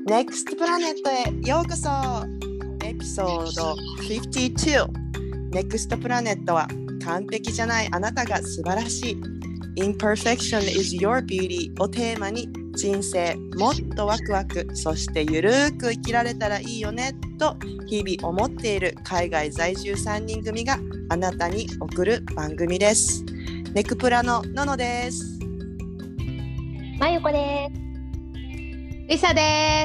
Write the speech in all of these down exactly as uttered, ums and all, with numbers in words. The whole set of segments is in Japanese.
ネクストプラネットへようこそ。エピソードごじゅうに。ネクストプラネットは完璧じゃないあなたが素晴らしい。Imperfection is your beauty をテーマに人生もっとワクワク、そしてゆるーく生きられたらいいよねと日々思っている海外在住さんにん組があなたに送る番組です。ネクプラのののです。 まゆこです。 りさです。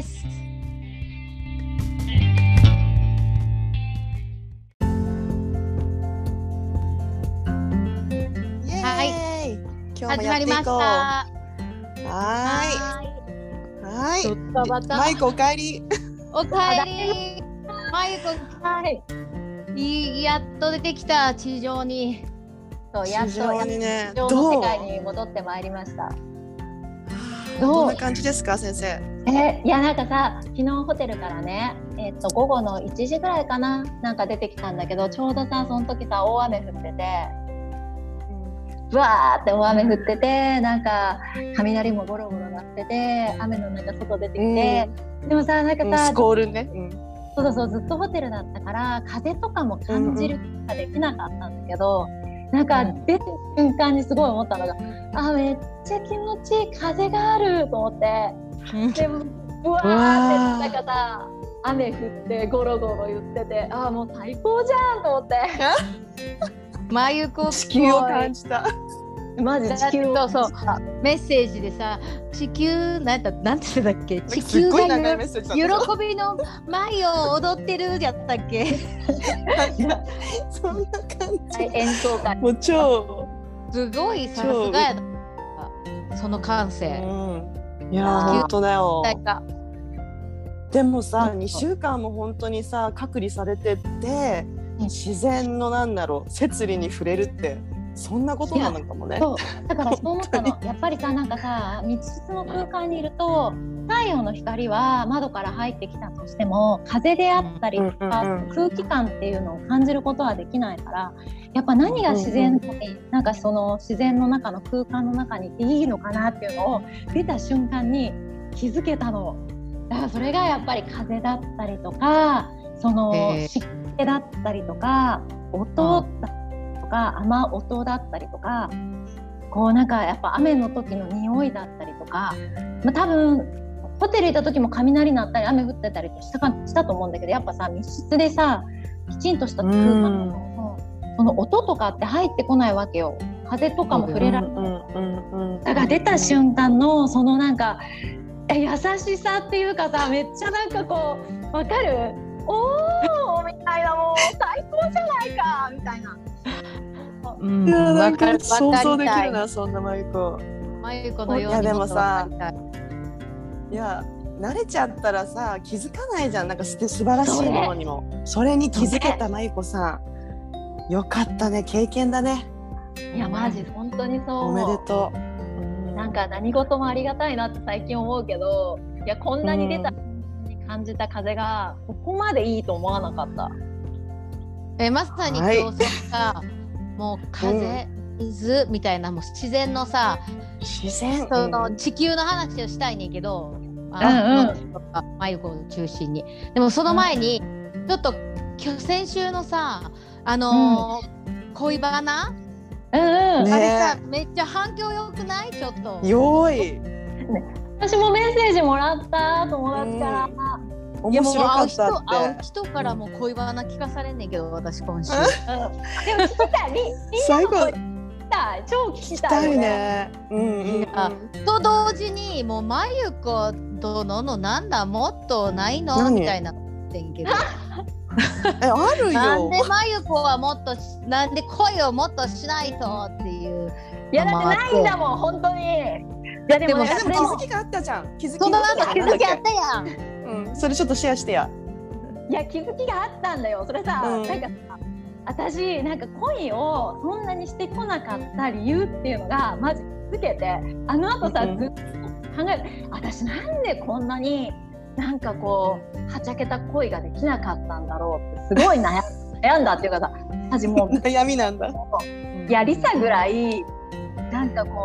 はい、今日も始まりました。 はーいはい。マイコおかえり。 おかえり。マイコ、はい。いやっと出てきた地上に。 そうやっと地上にね、 地上の世界に戻ってまいりました。 どんな感じですか、先生。 えいやなんかさ、昨日ホテルからね、えっと午後のいちじぐらいかな、なんか出てきたんだけど、ちょうどさその時さ大雨降ってて、ブワーって大雨降ってて、なんか雷もゴロゴロ鳴ってて、雨の中外出てきて、うん、でもさなんかさ、 スコールね、うん、 そうそうそう、ずっとホテルだったから風とかも感じることができなかったんだけど、うんうん、なんか出た瞬間にすごい思ったのが、あめっちゃ気持ちいい、風があると思って、でもブワーってなんかさ雨降ってゴロゴロ言ってて、あもう最高じゃんと思ってまゆこ地球を感じた。 マジ地球をそうそうメッセージでさ、地球なんだなんて言うんだっけ、地球が喜びの舞を踊ってるやったっけそんな感じ、 演奏会もう超すごい、さすがやなその感性、 うん、いや本当だよ。でもさ、にしゅうかんも本当にさ隔離されてて、自然のなんだろう摂理に触れるってそんなことなのかもね。 そうだからそう思ったのやっぱりさ、なんかさ密室の空間にいると太陽の光は窓から入ってきたとしても、風であったりとか、うんうんうん、空気感っていうのを感じることはできないから、やっぱ何が自然に、うんうん、なんかその自然の中の空間の中にいいのかなっていうのを出た瞬間に気づけたの。だからそれがやっぱり風だったりとか、その湿気だったりとか、音だったりとか、雨音だったりとか、こうなんかやっぱ雨の時の匂いだったりとか、まあ、多分ホテル行った時も雷鳴ったり雨降ってたりしたかしたと思うんだけど、やっぱさ密室でさきちんとした空間のその音とかって入ってこないわけよ。風とかも触れられない。だから出た瞬間のそのなんか優しさっていうかさ、めっちゃなんかこうわかる、おーみたいな、もう最高じゃないかみたいな。 うん、なんか想像できるな、そんなマユコ。 マユコのように。 いやでもさ、いや慣れちゃったらさ気づかないじゃん、なんか素晴らしいものにも。 そ, それに気づけたマユコさん、よかったね、経験だね。 いやマジ本当にそう。 おめでとう。 なんか何事もありがたいなって最近思うけど、いやこんなに出たに感じた風がここまでいいと思わなかった。 えまさに今日さ、はい、もう風、うん、水みたいな、もう自然のさ、 自然その地球の話をしたいねんけど、あ、うんうん、マユコを中心に。でもその前に、うん、ちょっと今日先週のさ、あのーうん、恋バナ、うんうん、あれさ、めっちゃ反響良くない？ちょっとよい、 ね、私もメッセージもらった友達から、 うん、面白かったって。 会う人からも恋バナ聞かされんねんけど、私今週、うん、 でも聞きたい、みんなの声聞きたい、超聞きたいよね。 うんうんうん、 と同時にもうマユコ殿のなんだもっとないのみたいなってんけどえ、あるよ。 なんでマユコはもっとなんで恋をもっとしないとっていう。 いやだってないんだもん本当に。いやでも、ね、 でも気づきがあったじゃん。気づきそのなんか気づきあったやん。 うん、それちょっとシェアしてや。 いや気づきがあったんだよ。それさ、うん、なんかさ、私なんか恋をそんなにしてこなかった理由っていうのがマジ気づけて、あの後さ、うん、ずっと考えて、私なんでこんなになんかこうはちゃけた恋ができなかったんだろうってすごい悩ん悩んだっていうかさ、私もう悩みなんだ。 いやリサぐらいなんかこ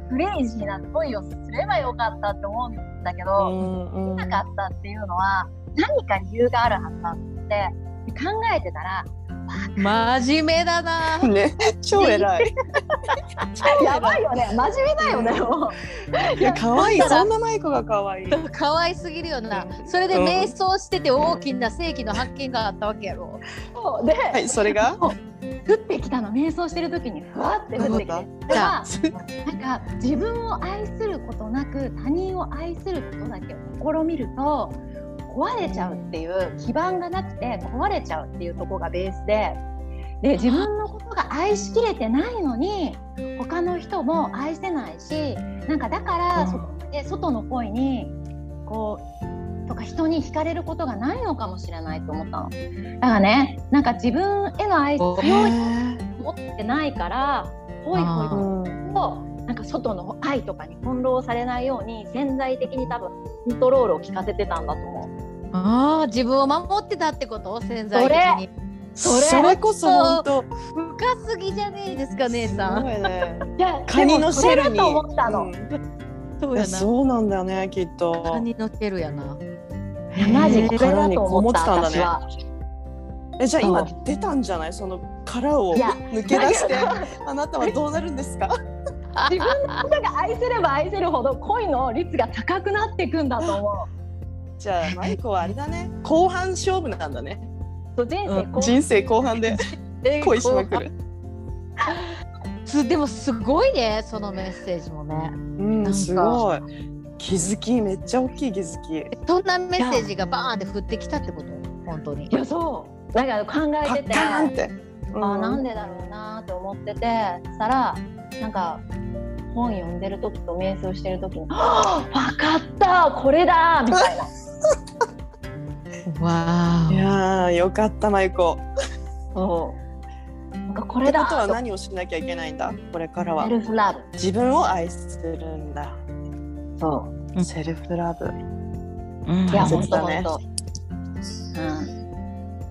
クレイジーな恋をすればよかったって思うんだけど、 うんうん、 なかったっていうのは何か理由があるはずだって考えてたら、 真面目だな。 ね、超偉い。 やばいよね、真面目だよね。もういや、可愛い、そんなマイコが可愛い。 可愛すぎるよな。それで瞑想してて大きな世紀の発見があったわけやろ。 そうで、 はい、それが降ってきたの。瞑想してる時にふわって降ってきて、それはなんか自分を愛することなく他人を愛することだけを試みると壊れちゃうっていう、基盤がなくて壊れちゃうっていうところがベースで、で自分のことが愛しきれてないのに他の人も愛せないし、なんかだからそこで外の恋にこうとか人に惹かれることがないのかもしれないと思ったの。だからね、なんか自分への愛強いと思ってないから恋恋となんか外の愛とかに翻弄されないように潜在的に多分コントロールを効かせてたんだと思う。 ああ、自分を守ってたってこと？潜在的に。 それ、それこそ本当深すぎじゃねえですか、姉さん。 すごいね。 いや、 カニのシェルに。 と思ったの。うん、 そうやな。そうなんだよね、きっと。 カニのシェルやな。 いや、マジこれだと思った、私は。 え、じゃあ今出たんじゃない？その殻を抜け出して、あなたはどうなるんですか？ 自分のことが愛せれば愛せるほど恋の率が高くなっていくんだと思う。 じゃあマイコはあれだね、後半勝負なんだね。 人生後半、 人生後半で恋しまくる。 でもすごいね、そのメッセージもね。 うん、すごい。気づき、めっちゃ大きい気づき。 そんなメッセージがバーンって降ってきたってこと？本当に。 いや、そう。だから考えてて、 パッカーンって、 うん、あ、なんでだろうなって思ってて、したらなんか本読んでる時と瞑想してる時に、はあ、分かった、これだみたいな。 わー、 いやー、よかったマイコ。 そう。なんかこれだ。 ってことは何をしなきゃいけないんだ？これからは。 セルフラブ。 自分を愛するんだ。そう。セルフラブ。 うん、いや、本当本当。うん。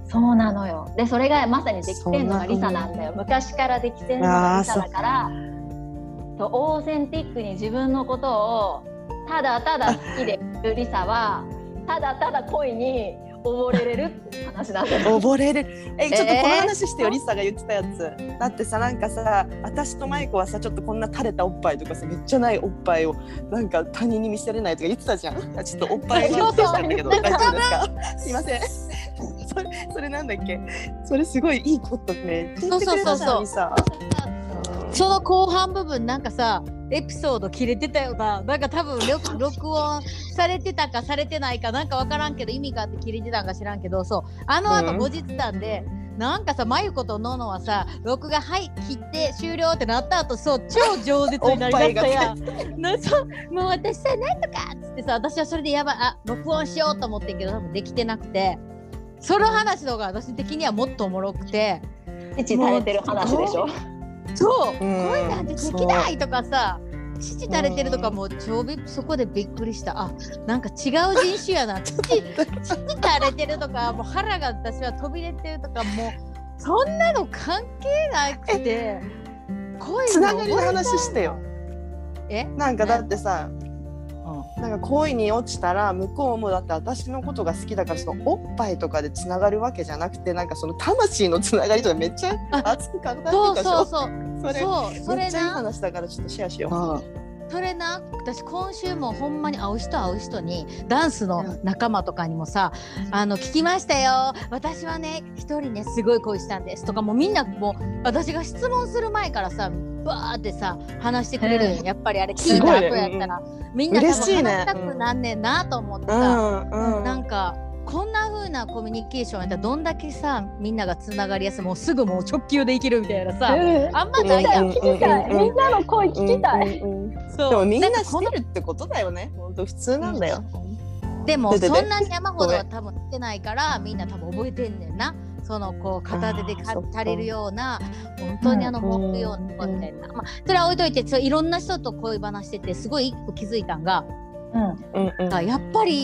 そうなのよ。で、それがまさにできてんのがリサなんだよ。昔からできてんのがリサだから、とオーセンティックに自分のことをただただ好きでいるリサは、ただただ恋に溺れれるっていう話なんだよ。 溺れる。え、ちょっとこの話してよ、えー、リサが言ってたやつ。だってさ、なんかさ、私とマイコはさ、ちょっとこんな垂れたおっぱいとかさ、めっちゃないおっぱいをなんか他人に見せれないとか言ってたじゃん。ちょっとおっぱいは出しちゃったけど大丈夫ですか？すいません。それそれなんだっけ？それすごいいいことね。 そうそうそうそう。リサ。その後半部分なんかさ、エピソード切れてたよな。なんか多分録音されてたかされてないかなんか分からんけど、意味があって切れてたんか知らんけど、そうあの後後日談で、うん、なんかさ、マユコとノノはさ、録画はい切って終了ってなった後、そう超饒舌になりだしたやん。なそうもう私さ、なんとかっつってさ、私はそれでやばい、あ、録音しようと思ってんけど多分できてなくて、その話の方が私的にはもっとおもろくて、 父垂れてる話でしょ。 そう、恋なんてできないとかさ、父垂れてるとかも超びそこでびっくりした。あ、なんか違う人種やな。父父垂れてるとか、もう腹が私は飛び出てるとか、もうそんなの関係なくて、 恋つながりの話してよ。 え、 なんかだってさ、なんか恋に落ちたら向こうもだって私のことが好きだから、そのおっぱいとかでつながるわけじゃなくて、なんかその魂のつながりとかめっちゃ熱く語ってたでしょ。 そうそうそう。 それそうそれめっちゃいい話だからちょっとシェアしよう。 それな、私今週もほんまに会う人会う人にダンスの仲間とかにもさ、うん、あの聞きましたよ、私はね一人ねすごい恋したんですとか、もうみんなもう私が質問する前からさバーってさ話してくれるん、うん、やっぱりあれ聞いた後やったら、うん、みんな多分話したくなんねんなと思ってさ、うんうん、なんかこんな風なコミュニケーションやったらどんだけさみんながつながりやすい、もうすぐもう直球でいけるみたいなさ、うん、あんまないやん。 聞きたい、みんなの声聞きたい、 うんうんうん、そうでもみんなしてるってことだよね。ほんと普通なんだよ、 うん、でもそんなに山ほどは多分してないからみんな多分覚えてんねんな。そのこう片手で足りるような本当にあの持つような子みたいな、まあ、それは置いといて、そういろんな人と恋話しててすごい一個気づいたんが、うんうんうん、やっぱり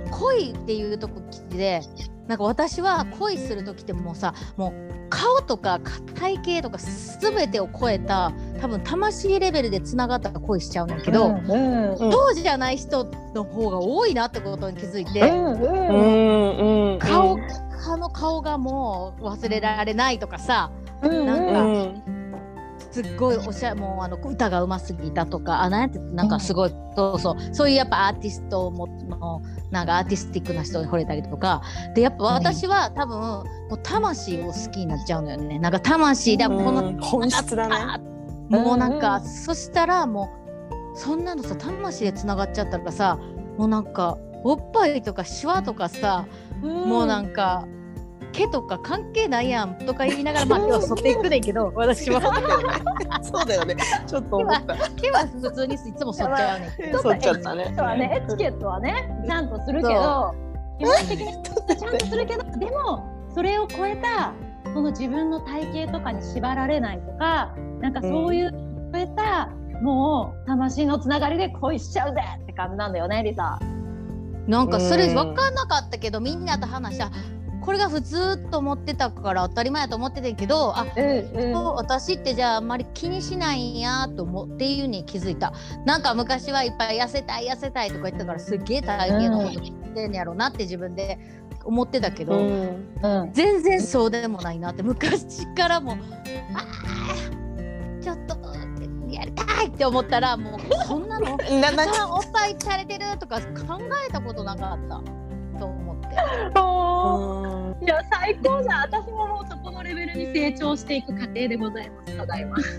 恋っていうとこでなんか私は恋する時ってもうさもう顔とか体型とか全てを超えた多分魂レベルでつながった恋しちゃうんだけど、うんうん、そうじゃない人の方が多いなってことに気づいて、うんうん、顔あの顔がもう忘れられないとかさ、うんうん、なんか、うんすっごいおしゃもうあの歌がうますぎたとかあなんてなんかすごい、うん、そうそうそういうやっぱアーティストものなんかアーティスティックな人に惚れたりとかでやっぱ私は多分、うん、もう魂を好きになっちゃうのよね。なんか魂でこの、 うん、本質だね。 もうなんか、うん、そしたらもうそんなのさ魂でつながっちゃったらさもうなんかおっぱいとかシワとかさ、うん、もうなんか毛とか関係ないやんとか言いながらまあ毛は剃っていくねんけど私はそうだよねちょっと思った毛は普通にいつも剃っちゃうねん剃っちゃったね。 エチケットはねちゃんとするけど基本的にちゃんとするけどでもそれを超えたその自分の体型とかに縛られないとかなんかそういう超えた、うん、もう魂のつながりで恋しちゃうぜって感じなんだよねリサ。 なんかそれ分かんなかったけどみんなと話したこれが普通と思ってたから当たり前だと思ってたけどあ、うんうん、私ってじゃああんまり気にしないんやと思っていうに気づいた。なんか昔はいっぱい痩せたい痩せたいとか言ってたからすっげえ体型のこと言ってんやろうなって自分で思ってたけど、うんうん、全然そうでもないなって昔からもあちょっとやりたいって思ったらもうそんなのおっぱいされてるとか考えたことなかったと思って。 いや最高じゃん。私ももうそこのレベルに成長していく過程でございますただいま、うん、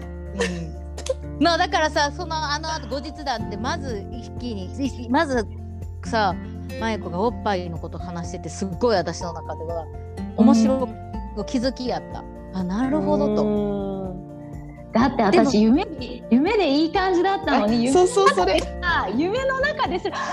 まあだからさそのあの後後日談ってまず一気にまずさまゆこがおっぱいのこと話しててすっごい私の中では面白く気づきやった、うん、あなるほどと。 だって私夢夢でいい感じだったのにそうそうそれ夢の中ですら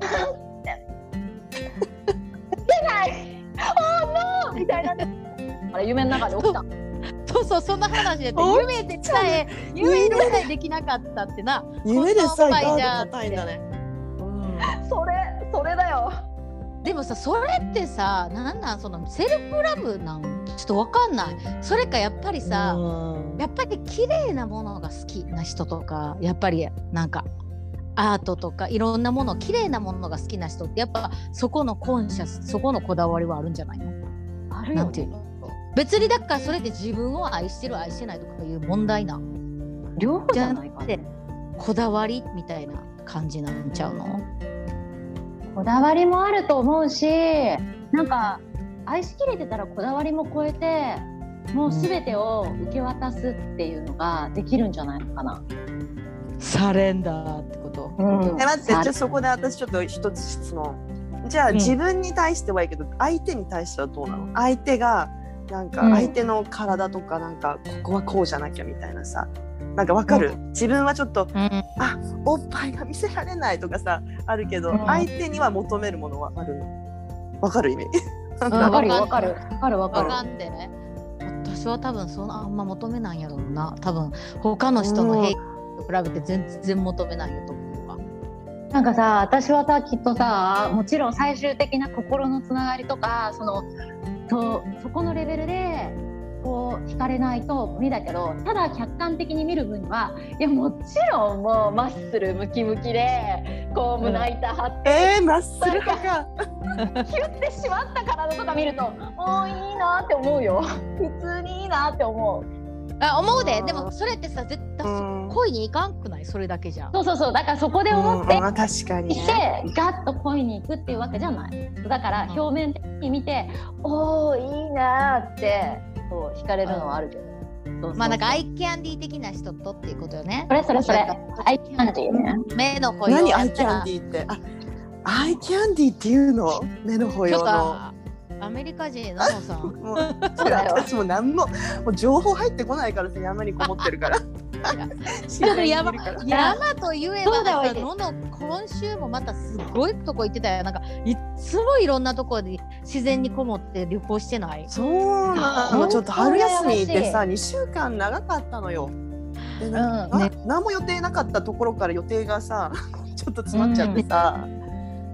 出ないおーノーみたいなあれ夢の中で起きたそうそうそんな話で夢でさえ夢でさえできなかったってな夢でさえガード硬いんだね、 うん、それそれだよ。 でもさそれってさなんなんそのセルフラブなんちょっとわかんない。それかやっぱりさやっぱり綺麗なものが好きな人とかやっぱりなんかアートとかいろんなもの綺麗なものが好きな人ってやっぱそこのコンシャスそこのこだわりはあるんじゃないの？ あるよね。 なんていうの別にだからそれで自分を愛してる愛してないとかいう問題な両方じゃないかな。 こだわりみたいな感じなんちゃうの？ こだわりもあると思うしなんか愛しきれてたらこだわりも超えてもう全てを受け渡すっていうのができるんじゃないのかな。 サレンダーってこと、 うん、え待ってじゃあそこで私ちょっと一つ質問。じゃあ、うん、自分に対してはいいけど相手に対してはどうなの？相手がなんか相手の体とかなんかここはこうじゃなきゃみたいなさなんかわかる、うん、自分はちょっと、うん、あおっぱいが見せられないとかさあるけど、うん、相手には求めるものはあるの？わかる意味？ わかるわかるわかるわかる。 わかんでね私は多分そのあんま求めないんやろうな。多分他の人の平均と比べて全然求めないよと思うわ。 なんかさ私はさきっとさもちろん最終的な心のつながりとかその そ, そこのレベルでこう惹かれないと無理だけどただ客観的に見る分にはいやもちろんもうマッスルムキムキでこう胸板張って、うん、 えー、マッスルかキュッてしまった体とか見るとおーいいなって思うよ。普通にいいなって思う。 あ思うで。でもそれってさ絶対恋にいかんくない？それだけじゃん。 そうそうそうだからそこで思って、 うん、確かにね、 してガッと恋に行くっていうわけじゃない。だから表面的に見て、うん、おーいいなってそう惹かれるのはあるけど、そうそうそうまあなんかアイキャンディー的な人とっていうことよね。 それそれそれアイキャンディーね。 目の保養何アイキャンディーって。あアイキャンディーっていうの？目の保養のアメリカ人のさんもうそうだよ。私も何ももう情報入ってこないからさ山にこもってるからちょっと山山と言えばさのの今週もまたすごいとこ行ってたよ。なんかいつもいろんなとこで自然にこもって旅行してない？ そうなの。ちょっと春休みでさにしゅうかん長かったのよ。でな、うんね、何も予定なかったところから予定がさちょっと詰まっちゃってさ、うん、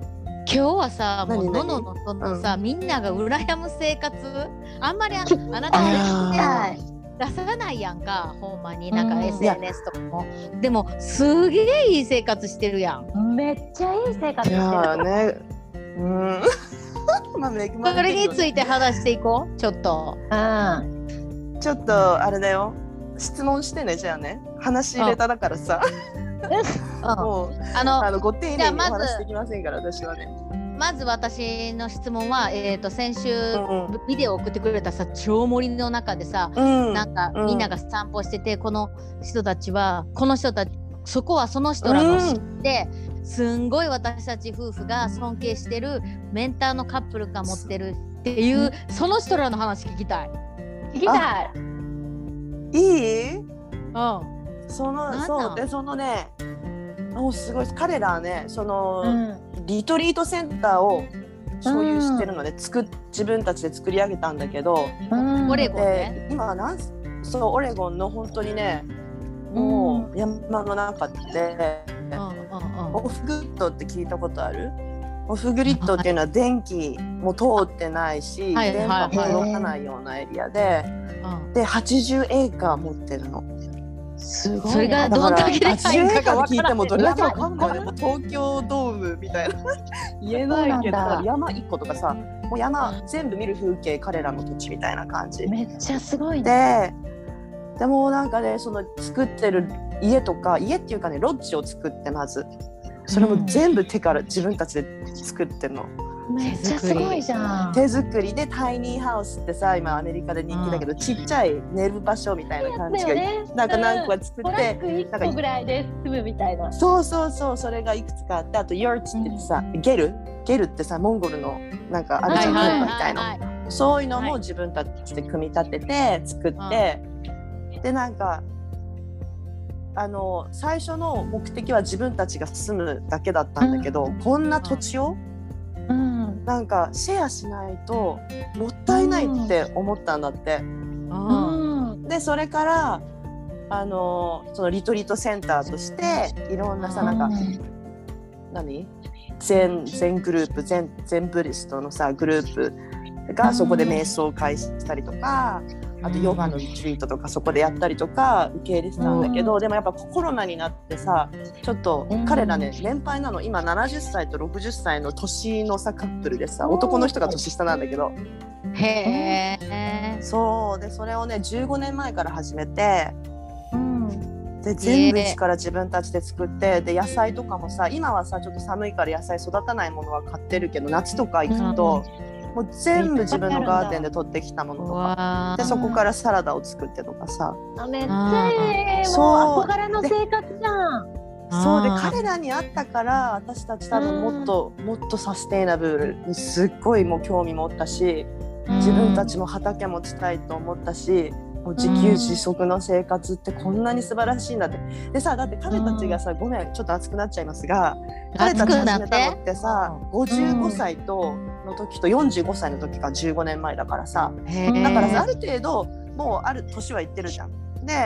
日はさ、もう何々 のののそのさ、 うんみんなが羨む生活あんまり あ, あなたあ出さないやんか、ほんまになんかうんエスエヌエス とかも。でもすげえいい生活してるやん。 めっちゃいい生活していやる。 ね、うんまあ恵まそれれてるよねについて話していこうちょっと。 うんちょっとあれだよ、質問してね。じゃあね、話入れただからさ、 うんもうあのあのご丁寧におじゃあまず話してきませんから私はね。 まず私の質問は、えー、と先週、 うんビデオ送ってくれたさ超森の中でさ、 うん、 なんか、 うんみんなが散歩してて、この人たちはこの人たちそこはその人らの知って、すんごい私たち夫婦が尊敬してるメンターのカップルが持ってるっていう、その人らの話聞きたい。 聞きたい。 いい？ うんそのなんなんそうでそのね、もうすごい彼らはね、その、 うんリトリートセンターを所有してるので、作っ自分たちで作り上げたんだけど、 うんオレゴンでね。 今はなんそうオレゴンの本当にね、もう山の中で、 うんうんうんオフグッドって聞いたことある？オフグリッドっていうのは電気も通ってないし、 はい電波も届かないようなエリアで、 うんではちじゅうエーカー持ってるの。 すごい。 それがどんだけではちじゅうエーカーかって聞いてもどれだけわかんないよね。 山もう東京ドームみたいな言えないけど、 そうなんだ山いっことかさ、もう山全部見る風景、彼らの土地みたいな感じめっちゃすごいね。 で、でもなんかね、その作ってる家とか、家っていうかね、ロッジを作って、まずそれも全部手から自分たちで作ってるの。 めっちゃすごいじゃん。 手作りでタイニーハウスってさ、今アメリカで人気だけど、ちっちゃい寝る場所みたいな感じが、 ね、 なんか何個か作トラってックいっこぐらいで済むみたいな。 そうそうそう、それがいくつかあって、あとヨーチって言ってさ、ゲルゲルってさ、モンゴルのなんかあるじゃん、 はいはい文化みたいな、 はいはいそういうのも自分たちで組み立てて作って、でなんかあの最初の目的は自分たちが住むだけだったんだけど、うん、こんな土地を、うん、なんかシェアしないともったいないって思ったんだって、うんうん、でそれからあのそのリトリートセンターとしていろんなさ、なんか、うん、何全全グループ全全ブリストのさグループがそこで瞑想会したりとか、あとヨガのリトリートとかそこでやったりとか受け入れてたんだけど、でもやっぱコロナになってさ、ちょっと彼らね年配なの、今ななじゅっさいとろくじゅっさいの年のさカップルでさ、男の人が年下なんだけど、 へー、 そうでそれをねじゅうごねんまえから始めて、で全部一から自分たちで作って、で野菜とかもさ、今はさちょっと寒いから野菜育たないものは買ってるけど、夏とか行くと、もう全部自分のガーデンで取ってきたものとかで、そこからサラダを作ってとかさ、 あめっちゃいい、もう憧れの生活じゃん。 そうで彼らに会ったから私たち多分もっともっとサステイナブルにすっごいもう興味持ったし、自分たちも畑持ちたいと思ったし、もう自給自足の生活ってこんなに素晴らしいんだって。でさ、だって彼たちがさ、ごめんちょっと熱くなっちゃいますが、彼たち始めたのってさごじゅうごさいとの時とよんじゅうごさいの時がじゅうごねんまえだからさ、だからさある程度もうある年はいってるじゃん。で、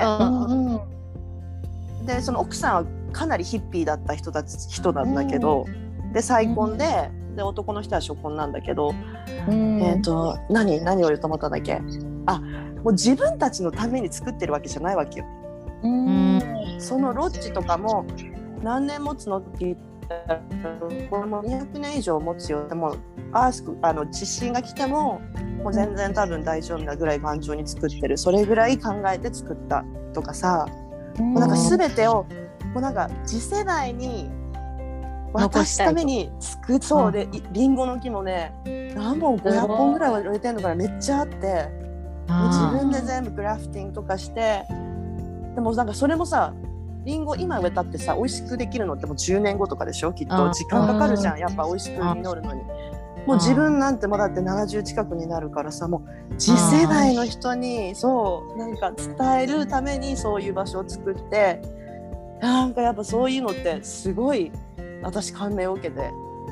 でその奥さんはかなりヒッピーだった人たち人なんだけど、で再婚で、で男の人は初婚なんだけど、えーと何何を言うと思ったんだっけ、あもう自分たちのために作ってるわけじゃないわけよ。うんそのロッジとかも何年持つのって言ったら、これもにひゃくねん以上持つよ。でもアースクあの地震が来てももう全然多分大丈夫なぐらい頑丈に作ってる、それぐらい考えて作ったとかさ、もうなんか全てをもうなんか次世代に渡すために作っそうで、リンゴの木もね何本ごひゃっぽんぐらいは植えてるのからめっちゃあって、もう自分で全部グラフティングとかして、でもなんかそれもさ、リンゴ今植えたってさ美味しくできるのってもうじゅうねんごとかでしょ、きっと時間かかるじゃん、やっぱ美味しく実るのに。もう自分なんてもうだってななじゅう近くになるからさ、もう次世代の人にそうなんか伝えるためにそういう場所を作って、なんかやっぱそういうのってすごい私感銘を受けて、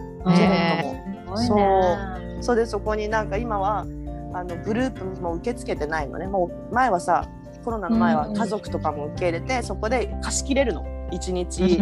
そうそうで、そこになんか今はあのグループも受け付けてないのね。もう前はさコロナの前は家族とかも受け入れて、そこで貸し切れるのいちにち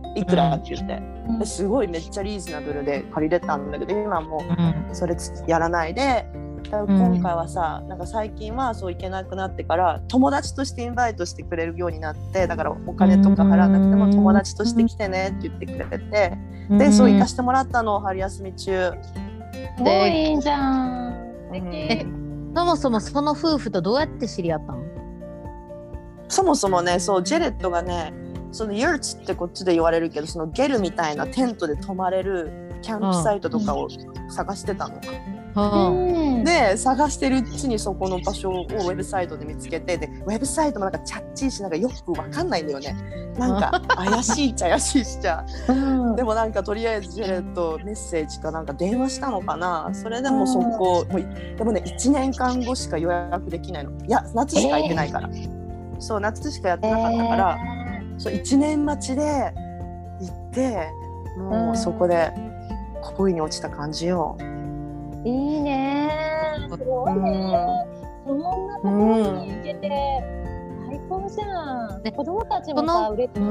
いくらって言って、うん、ですごいめっちゃリーズナブルで借りれたんだけど、今もうそれやらないで、だから今回はさ、なんか最近はそう行けなくなってから友達としてインバイトしてくれるようになって、だからお金とか払わなくても友達として来てねって言ってくれて、でそう行かしてもらったの、春休み中で。いいじゃん。 え、そもそもその夫婦とどうやって知り合ったの？ そもそもね、そうジェレットがね、そのユーツってこっちで言われるけど、そのゲルみたいなテントで泊まれるキャンプサイトとかを探してたの、うん、で探してるうちにそこの場所をウェブサイトで見つけて、でウェブサイトもなんかチャッチーし、なんかよくわかんないんだよね、なんか怪しいっちゃ怪しいしちゃ、うん、でもなんかとりあえずジェレットメッセージかなんか電話したのかな、それでもそこ、うん、もうでもねいちねんかんごしか予約できないの、いや夏しか行ってないから、えー、そう夏しかやってなかったから、えー、そういちねん待ちで行って、もうそこで恋に落ちた感じよ。 いいね、すごいね、うん、そんなところに行けて、うん、最高じゃん、ね、子供たちもさ嬉しい、うん、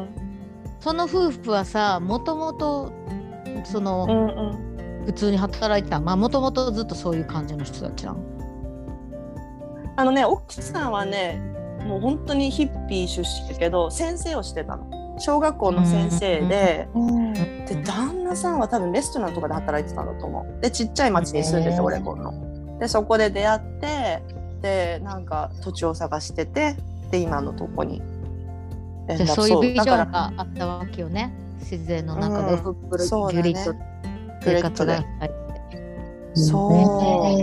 その夫婦はさ、もともとその、うんうん、普通に働いてた、まあもともとずっとそういう感じの人たちなの？ あのね、奥さんはねもう本当にヒッピー出身だけど先生をしてたの、小学校の先生で、うん、で旦那さんは多分レストランとかで働いてたんだと思う。でちっちゃい町に住んでて、オレゴンの。でそこで出会って、でなんか土地を探してて、で今のとこに。 じゃそういうビジョンがあったわけよね。自然の中でふっくるゆりと生活が入って。 そう。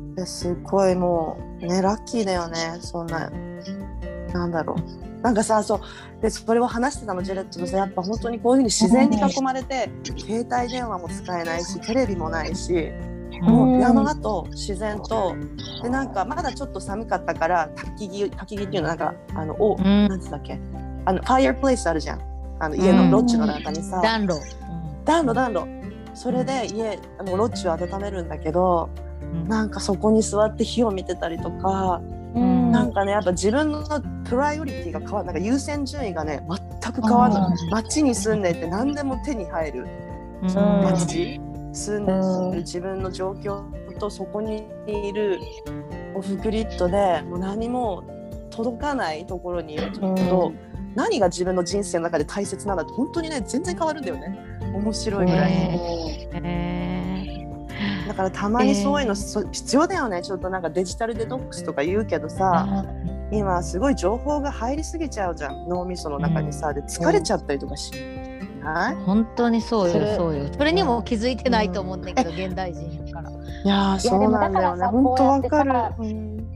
ですごいもうねラッキーだよね。そんななんだろう。なんかさ、そうでそれを話してたのジェレットのさ、やっぱ本当にこういう風に自然に囲まれて、携帯電話も使えないしテレビもないし、もう山と自然と、でなんかまだちょっと寒かったから焚き木焚き木っていうのはなんかあのお、うん、なんつったっけ、あのファイアプレイスあるじゃん、あの家のロッジの中にさ、 暖炉暖炉暖炉それで家あのロッジを温めるんだけど、うん、なんかそこに座って火を見てたりとか、うん、なんかねやっぱ自分のプライオリティが変わる、なんか優先順位がね全く変わるの。街に住んでいて何でも手に入る街、住んでる自分の状況とそこにいるオフグリッドでもう何も届かないところにいると、何が自分の人生の中で大切なんだって本当にね全然変わるんだよね。面白いぐらい、えーえー、だからたまにそういうの、えー、必要だよね。ちょっとなんかデジタルデトックスとか言うけどさ、今すごい情報が入りすぎちゃうじゃん、脳みその中にさ。で疲れちゃったりとかしない？ 本当にそうよそうよ。それにも気づいてないと思うんだけど、うん、現代人だから。 いやーそうなんだよね。本当わかる。うん、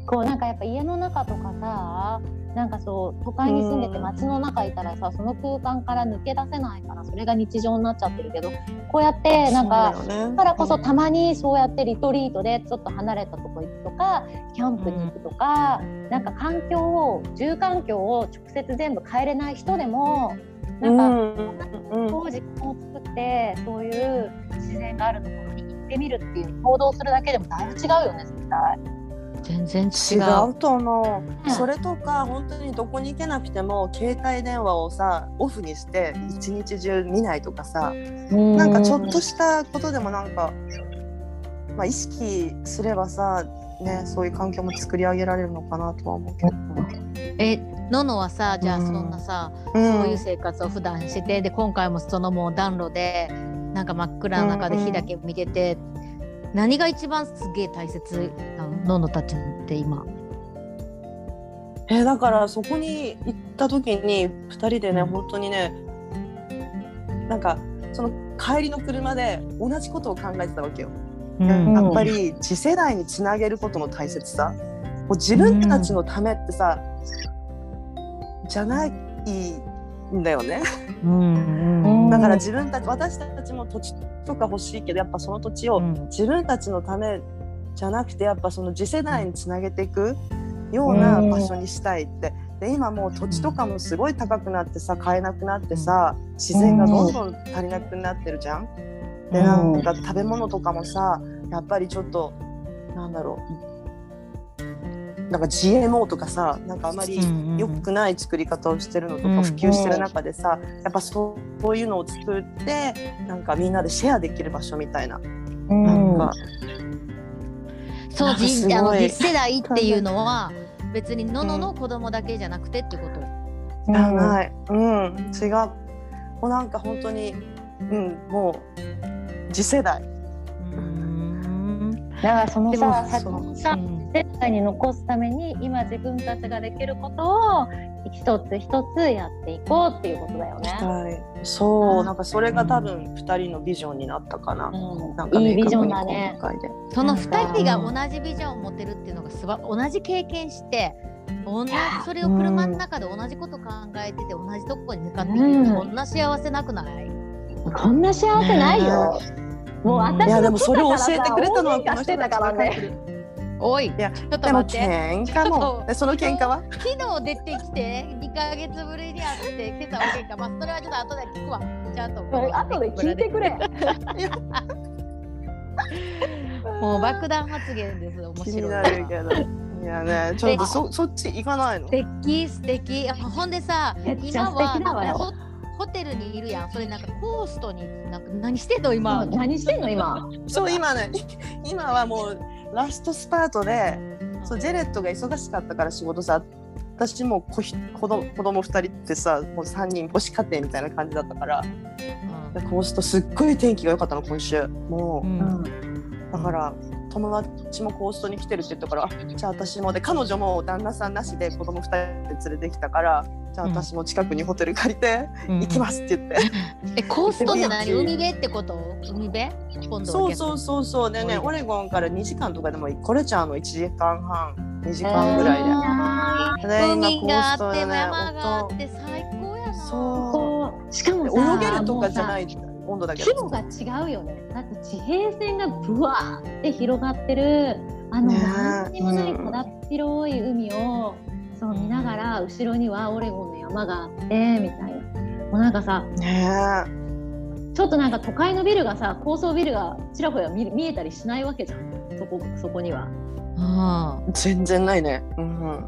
こうなんかやっぱ家の中とかさ、なんかそう都会に住んでて街の中いたらさ、その空間から抜け出せないからそれが日常になっちゃってるけど、こうやってなんかだ、ね、からこそたまにそうやってリトリートでちょっと離れたとこ行くとかキャンプに行くとか、うん、なんか環境を住環境を直接全部変えれない人でもなんか、うん、そう時間を作ってそういう自然があるところに行ってみるっていう行動するだけでもだいぶ違うよね絶対。 全然違う。 違うと思う、うん、それとか本当にどこに行けなくても携帯電話をさオフにして一日中見ないとかさ、んなんかちょっとしたことでもなんか、まあ、意識すればさ、ね、そういう環境も作り上げられるのかなとは思うけど、 えののはさ、じゃあそんなさ、うん、そういう生活を普段してて、で今回もそのもう暖炉でなんか真っ暗な中で火だけ見てて、うんうん何が一番すげえ大切なの？ののたちって今。 えー、だからそこに行った時にふたりでね、うん、本当にねなんかその帰りの車で同じことを考えてたわけよ、うん、やっぱり次世代につなげることの大切さ、もう自分たちのためってさ、うん、じゃないんだよね、うんうん、だから自分たち私たちも土地とか欲しいけどやっぱその土地を自分たちのためじゃなくてやっぱその次世代につなげていくような場所にしたいって。で今もう土地とかもすごい高くなってさ買えなくなってさ自然がどんどん足りなくなってるじゃん。でなんか食べ物とかもさやっぱりちょっとなんだろうなんか ジーエムオー とかさ、なんかあまり良くない作り方をしてるのとか普及してる中でさ、やっぱそうそういうのを作ってなんかみんなでシェアできる場所みたいな、うん、なんかそう、あの次世代っていうのは別にののの子供だけじゃなくてってこと、 じゃない、うん、違う、もうなんか本当に、うん、もう次世代。 だからそのさ、先のさ、世代に残すために今自分たちができることを一つ一つやっていこうっていうことだよね。 はい、そう、なんかそれが多分ふたりのビジョンになったかな。 うん、 なんかいいビジョンだね。 そのふたりが同じビジョンを持てるっていうのがすば同じ経験して同じそれを車の中で同じこと考えてて同じとこに向かっていく、うん、こんな幸せなくない？ こんな幸せないよ。もう私いやでもそれを教えてくれたのはこの人たちからね。 おい、 いやちょっと待って。でも喧嘩もその喧嘩は昨日出てきてにかげつぶりに会って今朝お喧嘩、まあそれはちょっと後で聞くわ。ちゃんと後で聞いてくれ。 もう爆弾発言です。面白い。 気になるけど。いやね、ちょっと そ, そっち行かないの？ 素敵素敵。ほんでさ、今はなんかホテルにいるやん。それなんかコーストになんか何してんの今？ 何してんの今？ そう今ね、今はもうラストスパートで、そうジェレットが忙しかったから仕事さ、私も子子供子供ふたりってさ、もうさんにん母子家庭みたいな感じだったから、うん、コーストすっごい天気が良かったの今週。もう、うん、だから友達もコーストに来てるって言ったから、じゃあ私もで彼女も旦那さんなしで子供ふたりで連れてきたから。じゃあ私も近くにホテル借りて行きますって言って、 うん、えコーストって何？海辺ってこと？海辺？今度そうそうそうそうでね、オレゴンからにじかんとかでも来れちゃうの。いちじかんはんにじかんぐらいで、 えー、海があって山があって最高やな。 そうしかもさ泳げるとかじゃない温度だけど規模が違うよね。だって地平線がブワーって広がってるあの、ね、何にもないただっ広い海をそう見ながら後ろにはオレゴンの山があってみたいな、もうなんかさ、ね、ちょっとなんか都会のビルがさ、高層ビルがちらほら 見, 見えたりしないわけじゃん、そこそこには。 ああ全然ないね、うん、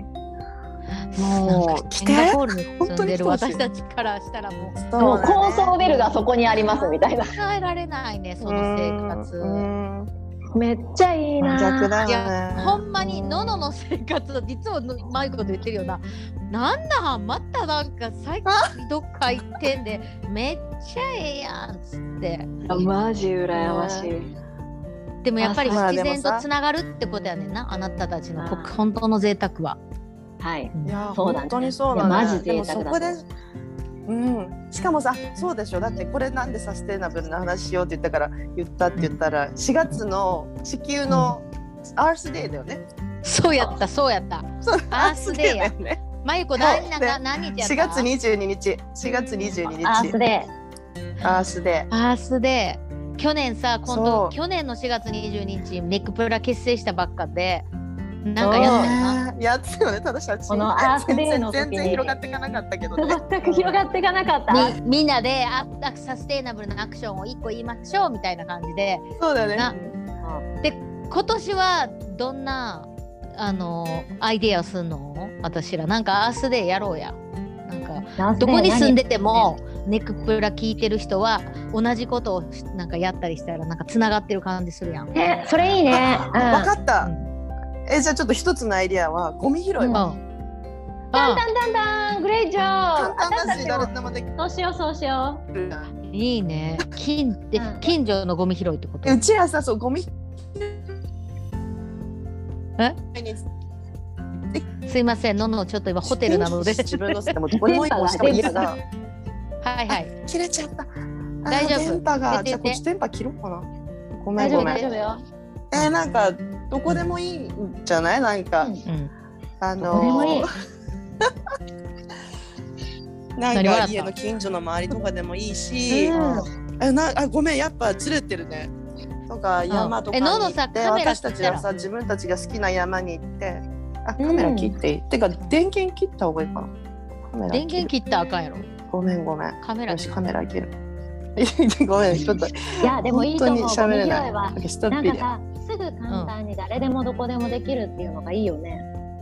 もう来てシンガポールに住んでる私たちからしたらもう、 そう、もう高層ビルがそこにありますみたいな。 考えられないねその生活。 うんめっちゃいいな。 逆だよね。 いやほんまにののの生活実はうまいこと言ってるよな。なんなんまたなんか最近どっか行ってんでめっちゃええやんっつって。 マジ羨ましい。 でもやっぱり自然とつながるってことやねんな、あなたたちの本当の贅沢は。 はい。 いやそうだ、ね、本当にそうだね。 マジ贅沢だと。 うん、しかもさ、そうでしょ、だってこれなんでサステナブルな話しようって言ったから言ったって言ったらしがつの地球のアースデーだよね。 そうやったそうやったアースデーやね。まゆこ何日やった？ しがつにじゅうににちしがつにじゅうににちアースデーアースデーアースデー去年さ、今度去年のしがつにじゅうににちネックプラ結成したばっかでなんかやってるな。 やってるよね、ただしこのアースデーの全然広がっていかなかったけどね。 全く広がっていかなかった。 み, みんなであサステイナブルなアクションをいっこ言いましょうみたいな感じで。 そうだね。 で今年はどんなあのアイデアすんの？私らなんかアースデーやろうや。なんかどこに住んでてもネックプラ聞いてる人は同じことをなんかやったりしたらなんかつながってる感じするやん。 え、それいいね。 うん、分かった。うんえじゃあちょっと一つのアイディアはゴミ拾い。うん、 だんだんだんだんグレージョー。 簡単だし誰でもできる。 そうしようそうしよう。いいね。近で、うん、近所のゴミ拾いってこと？ うちはさそうゴミ。 え？すいませんののちょっと今ホテルなので自分のでもどこでもいいもしかもいいから。 はいはい。 切れちゃった。 大丈夫。 電波がじゃあこっち電波切ろうかな。ごめんごめん。 大丈夫よ。 えー、なんかどこでもいいんじゃない？なんか、うん、あのー、どこでもいいなんか家の近所の周りとかでもいいし、うん、えなあごめんやっぱずれてるね。とか山とかに行って、私たちはさ自分たちが好きな山に行ってあカメラ切っていい、うん、てか電源切った方がいいかな。カメラ電源切ったらあかんやろ。 ごめんごめん。 カメラよしカメラ切る。ごめんちょっといやでもいいと思う。ゴミ拾いはなんかさすぐ簡単に誰でもどこでもできるっていうのがいいよね。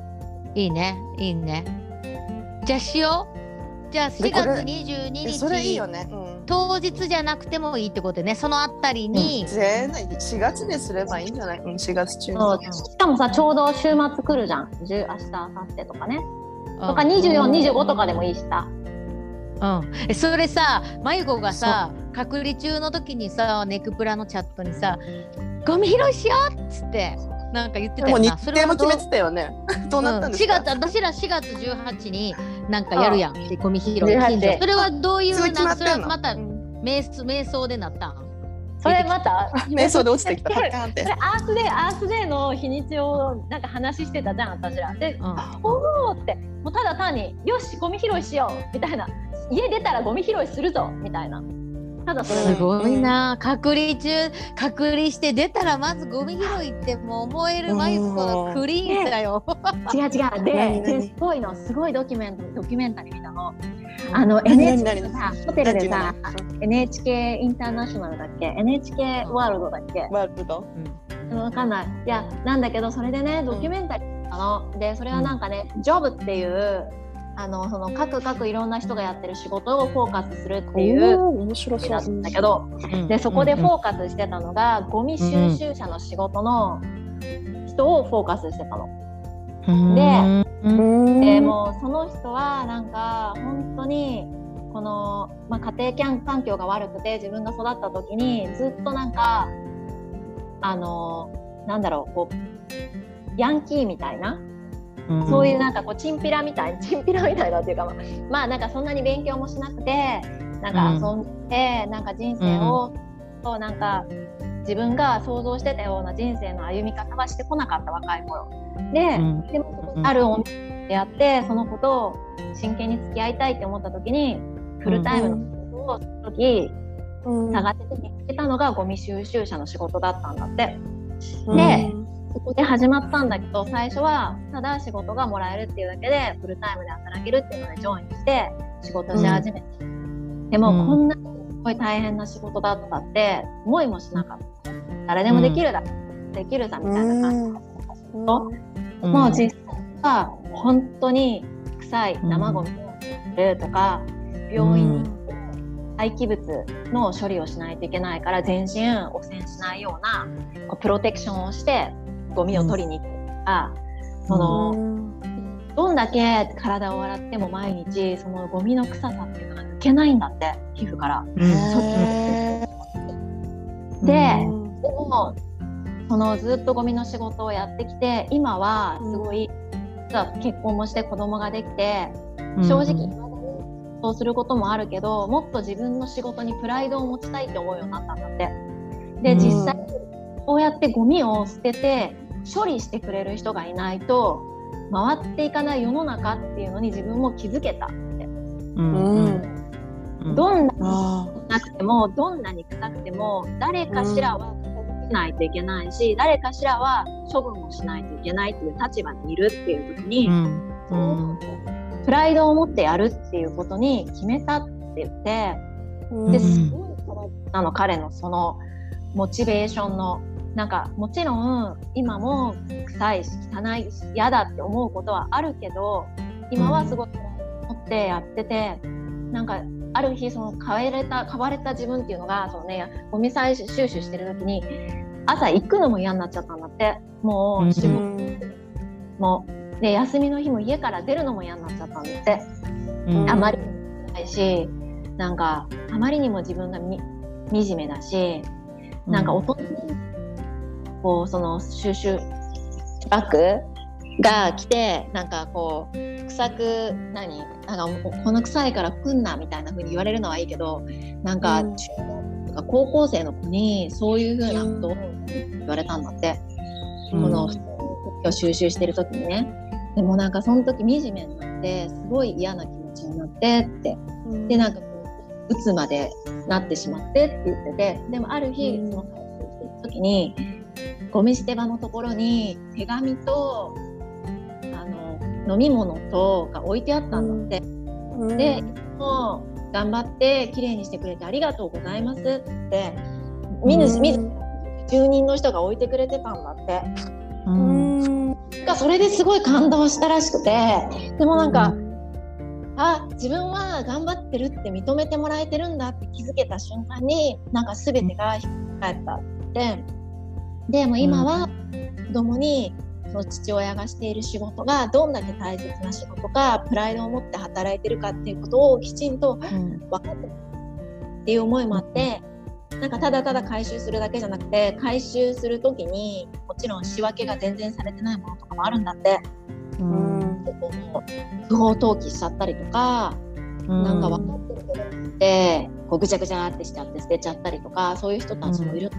いいねいいね。じゃあしよう。じゃあしがつにじゅうににち、 それいいよね、うん、 当日じゃなくてもいいってことね。そのあたりに、 うん、全然しがつですればいいんじゃない、うん、しがつ中に。 そうしかもさ、ちょうど週末来るじゃん。じゅう明日明後日とかね、うん、とかにじゅうよん、にじゅうごとかでもいいしさ、 うん、えそれさ、まゆこがさ隔離中の時にさ、ネクプラのチャットにさゴミ拾いしようっつってなんか言ってたよな。 もう日程も決めてたよね。どうなったんですか、 うん、しがつ、私らしがつじゅうはちになんかやるやん、でゴミ拾い。それはどういう、なんかそれはまた瞑想、瞑想でなったん？ それまた瞑想で落ちてきた。それアースデー、アースデーの日にちをなんか話してたじゃん、私らで、うん、おーって、もうただ単によしゴミ拾いしようみたいな、家出たらゴミ拾いするぞみたいな、ただそれすごいな、うん、隔離中隔離して出たらまずゴミ拾いってもう思えるまゆこのクリーンだよ。 違う違う、で、ですごいの、すごいドキュメントドキュメンタリー見たの。あの エヌエイチケー でさ、ホテルでさ エヌエイチケー インターナショナルだっけ エヌエイチケー ワールドだっけ、 ワールド、 うん、分かんない。いやなんだけど、それでねドキュメンタリーなので、それはなんかね、ジョブっていうあのその各各いろんな人がやってる仕事をフォーカスするっていう面白そうなんだけど、でそこでフォーカスしてたのがゴミ収集車の仕事の人をフォーカスしてたの。で、でもうその人はなんか本当にこの、まあ、家庭環境が悪くて自分が育った時にずっとなんかあのなんだろう、こうヤンキーみたいな、そういうなんかこうチンピラみたいチンピラみたいなっていうか、まあ、まあなんかそんなに勉強もしなくてなんか遊んで、うん、なんか人生を、うん、なんか自分が想像してたような人生の歩み方はしてこなかった若い頃で、うん、でもあるお店でやってその子と真剣に付き合いたいって思った時にフルタイムの仕事をその時、うん、探して見つけたのがゴミ収集車の仕事だったんだって。 うん、 でそこで始まったんだけど、最初はただ仕事がもらえるっていうだけでフルタイムで働けるっていうのでジョインして仕事し始めて、うん、でもこんなにすごい大変な仕事だったって思いもしなかった。誰でもできるだ、うん、できるさみたいな感じだった仕事、うん、もう実際は本当に臭い生ゴミをするとか、病院に廃棄物の処理をしないといけないから全身汚染しないようなこうプロテクションをしてゴミを取りに行くとか、うん、そのどんだけ体を洗っても毎日そのゴミの臭さっていうのが抜けないんだって皮膚から、うん、で、でもそのずっとゴミの仕事をやってきて今はすごい、うん、結婚もして子供ができて正直、うんそうすることもあるけど、もっと自分の仕事にプライドを持ちたいって思うようになったんだって。で、実際こうやってゴミを捨てて処理してくれる人がいないと回っていかない世の中っていうのに自分も気づけたって、うんうん、どんなになくてもどんなに臭くても誰かしらは片付けないといけないし、誰かしらは処分をしないといけないっていう立場にいるっていう時に、うんうんプライドを持ってやるっていうことに決めたって言って、うん、ですごいあの彼のそのモチベーションのなんかもちろん今も臭いし汚いし嫌だって思うことはあるけど今はすごい持ってやってて、なんかある日その変われた変われた自分っていうのがそのねゴミ採収集してる時に朝行くのも嫌になっちゃったんだって。もう仕事、うん、もうで休みの日も家から出るのも嫌になっちゃったんだって、うん、あまりにもないしなんかあまりにも自分がみ惨めだし、なんか大人にこうその収集バッグが来てなんかこう臭く何なんかこの臭いから来んなみたいな風に言われるのはいいけど、なんか中学とか高校生の子にそういう風なことを言われたんだって、うん、この収集してる時にね。でもなんかその時惨めになってすごい嫌な気持ちになってって、うん、でなんかこう鬱までなってしまってって言ってて、でもある日、うん、その回収してる時にゴミ捨て場のところに手紙とあの飲み物とが置いてあったんだって、うん、でいつも頑張ってきれいにしてくれてありがとうございますって見ず見ず住人の人が置いてくれてたんだって、うん、しかかそれですごい感動したらしくて、でもなんか、うん、あ、自分は頑張ってるって認めてもらえてるんだって気づけた瞬間になんか全てがひっくり返ったって。でも今は子供にその父親がしている仕事がどんだけ大切な仕事か、プライドを持って働いてるかっていうことをきちんと分かってるっていう思いもあって、なんかただただ回収するだけじゃなくて、回収するときにもちろん仕分けが全然されてないものとかもあるんだって。うん、不法投棄しちゃったりとか、うん、なんか分かってるけどってこうぐちゃぐちゃってしちゃって捨てちゃったりとか、そういう人たちもいる、うん、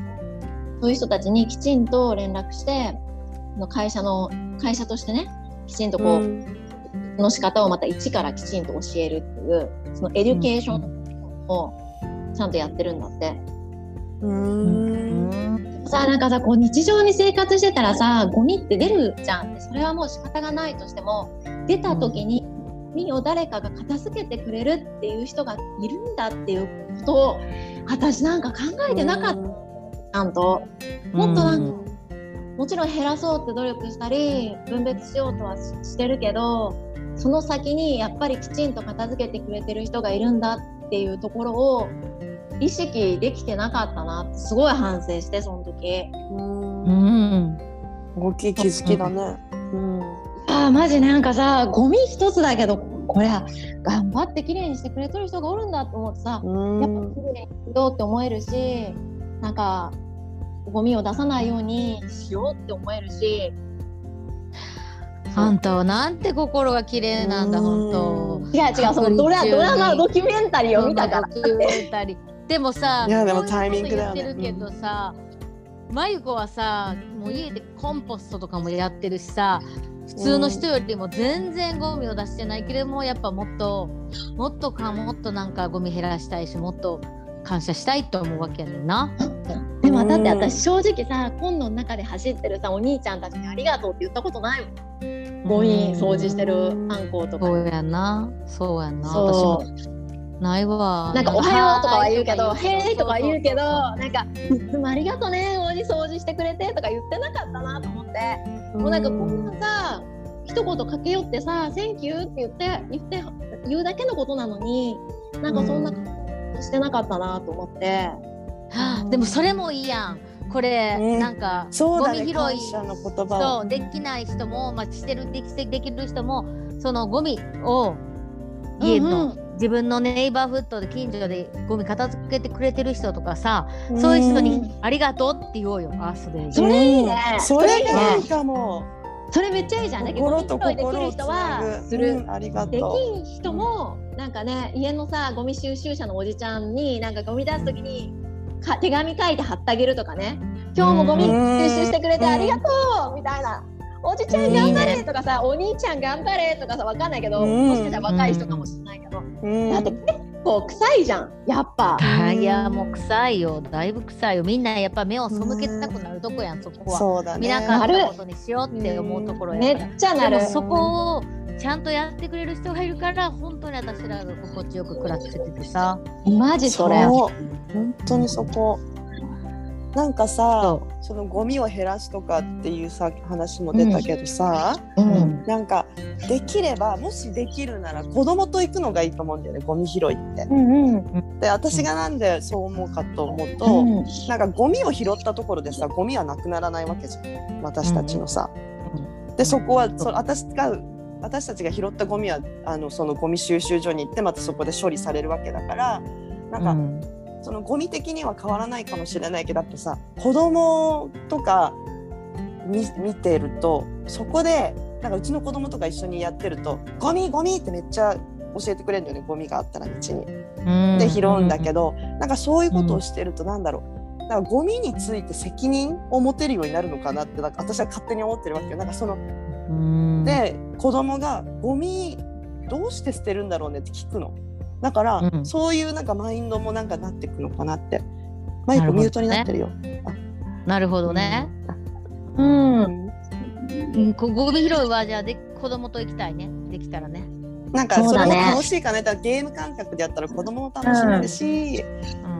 そういう人たちにきちんと連絡しての会社の会社としてね、きちんとこう、うん、その仕方をまた一からきちんと教えるっていうそのエデュケーションをちゃんとやってるんだって。うーん、さあなんかさ、こう日常に生活してたらさ、ゴミって出るじゃん。それはもう仕方がないとしても、出た時にゴミを誰かが片付けてくれるっていう人がいるんだっていうことを私なんか考えてなかった。ちゃんともっとなんか、もちろん減らそうって努力したり分別しようとはしてるけど、その先にやっぱりきちんと片付けてくれてる人がいるんだっていうところを意識できてなかったなってすごい反省して、その時。うーん、大きい気づきだね。うん、 あ、マジなんかさ、ゴミ一つだけどこれは頑張ってきれいにしてくれてる人がおるんだと思ってさ、やっぱきれいにしようって思えるし、なんかゴミを出さないようにしようって思えるし。 あんたはなんて心が綺麗なんだ、本当。 違う違う、そのドラ、ドラマドキュメンタリーを見たから。 ドキュメンタリーでもさ、 いやでもタイミングだよね。 言ってるけどさ、まゆこはさ、もう家でコンポストとかもやってるしさ、普通の人よりも全然ゴミを出してないけれども、やっぱもっともっとかもっとなんかゴミ減らしたいし、もっと感謝したいと思うわけやねんな。 でもだって私正直さ、コンロの中で走ってるさお兄ちゃんたちにありがとうって言ったことないもん。ゴミ掃除してるあんことか。 そうやな、そうやな。私もないわ。 なんかおはようとかは言うけど、へーとか言うけど、なんかいつもありがとね、おじ掃除してくれてとか言ってなかったなと思って。もうなんかこんなさ、一言かけよってさ、センキューって言って言って言うだけのことなのに、なんかそんなことしてなかったなと思って。 はあ、でもそれもいいやん。これ、ね、なんかゴミ拾いそうできない人も、まあ、してるできできる人も、そのゴミを家の、うんうん、自分のネイバーフットで近所でゴミ片付けてくれてる人とかさ、うん、そういう人にありがとうって言おうよ。あ、それそれいいね。 それがいいかも。 それめっちゃいいじゃん。だけどゴミ拾いできる人はする、 うん、ありがとう。 できん人もなんかね、家のさゴミ収集車のおじちゃんになんかゴミ出すときにか手紙書いて貼ってあげるとかね。今日もゴミ収集してくれてありがとうみたいな。おじちゃん頑張れとかさ、お兄ちゃん頑張れとかさ、わかんないけど、もしかしたら若い人かもしれないけど、だって結構臭いじゃん、やっぱ。 いやもう臭いよ、だいぶ臭いよ。みんなやっぱ目を背けたくなるとこやん、そこは。 そうだね。 見なかったことにしようって思うところやから。 めっちゃなる。 でもそこをちゃんとやってくれる人がいるから、本当に私らが心地よく暮らせててさ。 マジそれ。 本当にそこ。なんかさ、そのゴミを減らすとかっていうさ話も出たけどさ、うんうん、なんかできれば、もしできるなら子供と行くのがいいと思うんだよね、ゴミ拾いって、うんうん、で私がなんでそう思うかと思うと、うん、なんかゴミを拾ったところでさ、ゴミはなくならないわけじゃん、私たちのさ、うん、でそこはそ私が私たちが拾ったゴミはあのそのゴミ収集所に行って、またそこで処理されるわけだから、なんか、うん、そのゴミ的には変わらないかもしれないけど、やっぱさ子供とか見てると、そこでなんかうちの子供とか一緒にやってると、ゴミゴミってめっちゃ教えてくれるんだよね、ゴミがあったら道に。で拾うんだけど、なんかそういうことをしてると、なんだろう、なんかゴミについて責任を持てるようになるのかなって、なんか私は勝手に思ってるわけよ。なんかそので子供がゴミどうして捨てるんだろうねって聞くの。だから、うん、そういうなんかマインドもなんかなっていくのかなって。マイクミュートになってるよ。 なるほどね。 うん。 うん、ゴミ拾いはじゃあで子供と行きたいね。できたらね。 なんかそれも楽しいかね。だからゲーム感覚でやったら子供も楽しめるし、うん、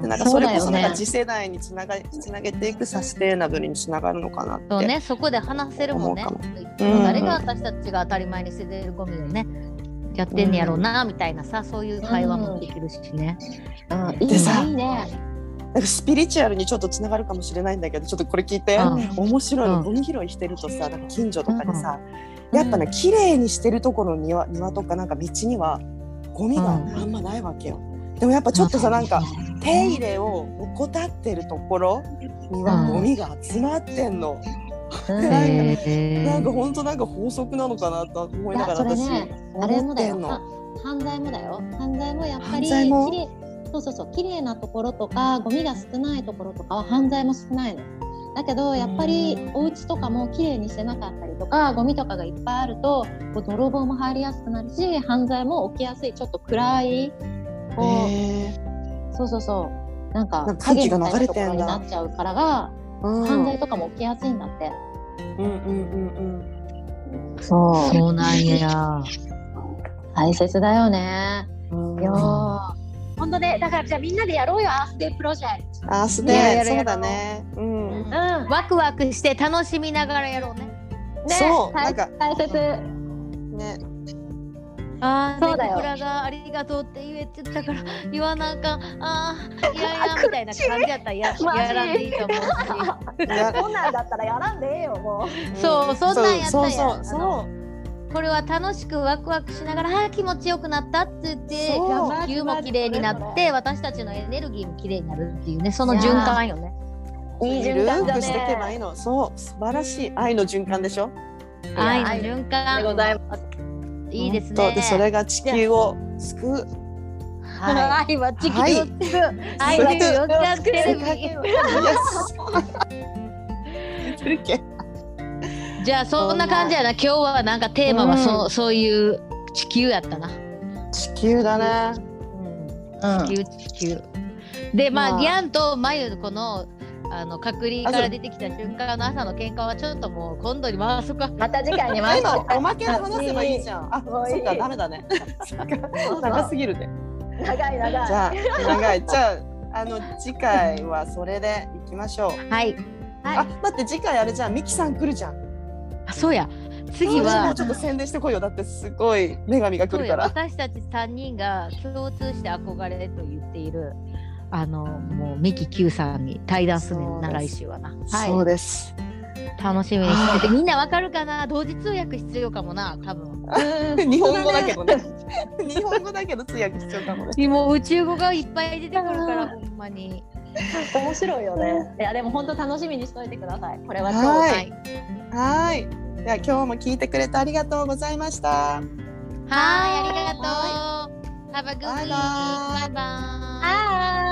でなんかそれこそなんか次世代につながつなげていくサステイナブルにつながるのかなってそうね、そこで話せるもんね。 うん、 誰が私たちが当たり前に捨ててるゴミをねやってんねやろうな、うん、みたいなさ、そういう会話もできるしね。 うんうん、でさ、いいね。 なんかスピリチュアルにちょっとつながるかもしれないんだけど、ちょっとこれ聞いて、うん、面白いの、うん、ゴミ拾いしてるとさ、なんか近所とかでさ、うん、やっぱね綺麗にしてるところの 庭, 庭とかなんか道にはゴミがあんまないわけよ、うん、でもやっぱちょっとさ、なんか手入れを怠ってるところにはゴミが集まってんの、うん、なんか、なんか本当なんか法則なのかなと思いながら私思ってんの。 犯罪もだよ。犯罪もやっぱり綺麗、そうそうそう、綺麗なところとかゴミが少ないところとかは犯罪も少ないの。だけどやっぱりお家とかも綺麗にしてなかったりとかゴミとかがいっぱいあるとこう泥棒も入りやすくなるし犯罪も起きやすい、ちょっと暗いこう、そうそうそうなんか影みたいなところになっちゃうからが、うん、犯罪とかも起きやすいんだって。 うんうんうんうん。 そうそうなんや。 大切だよね。 うん、 いや本当ね、だからじゃあみんなでやろうよ、アースデイプロジェクト。 アースデイ、そうだね。うん。うん、 ワクワクして楽しみながらやろうね。 ね、 そうなんか大切。 ね。 ああ、そうだよ。ね、がありがとうって言えてたから言わなあかん。ああ、いやいやみたいな感じだったら や, やらんでいいと思うし。 こんなんだったらやらんでええよもう。そう、そんなんやったらや。 そうそうそう。 これは楽しくワクワクしながら、あ気持ちよくなったって言って地球もきれいになって私たちのエネルギーもきれいになるっていうね、その循環よね。 いい循環だね。 していけばいいの。そう、素晴らしい愛の循環でしょ。 愛の循環でございます。いいですね。 でそれが地球を救う。 はい、愛は地球を救う。愛はよかテレビ。じゃあそんな感じやな。今日はなんかテーマは そ,、うん、そういう地球やったな。 地球だね。 うん、地球地球。でまあ、まあ、ギャンとマユこのあの隔離から出てきた瞬間の朝の喧嘩はちょっともう今度に回すか。 また次回に回すか。 おまけで話せばいいじゃん。あ、そっかダメだね。長すぎるね。 長い長い。 じゃあ長い。じゃああの次回はそれでいきましょう。 はい。 はい、あ、待って次回あれじゃん。ミキさん来るじゃん。 あ、そうや。次はちょっと宣伝してこいよ。だってすごい女神が来るから。 私たちさんにんが共通して憧れと言っているあのもうミキ Q さんに対談するのな、来週はな。 はい、そうです。 楽しみにしてて、みんなわかるかな。同時通訳必要かもな、多分。 日本語だけどね。日本語だけど通訳必要かもね。 もう宇宙語がいっぱい出てくるからほんまに。 面白いよね。いやでも本当楽しみにしといてください。これは今日はい。はい。では今日も聞いてくれてありがとうございました。はい、 ありがとう。Have a good week. バイバイ。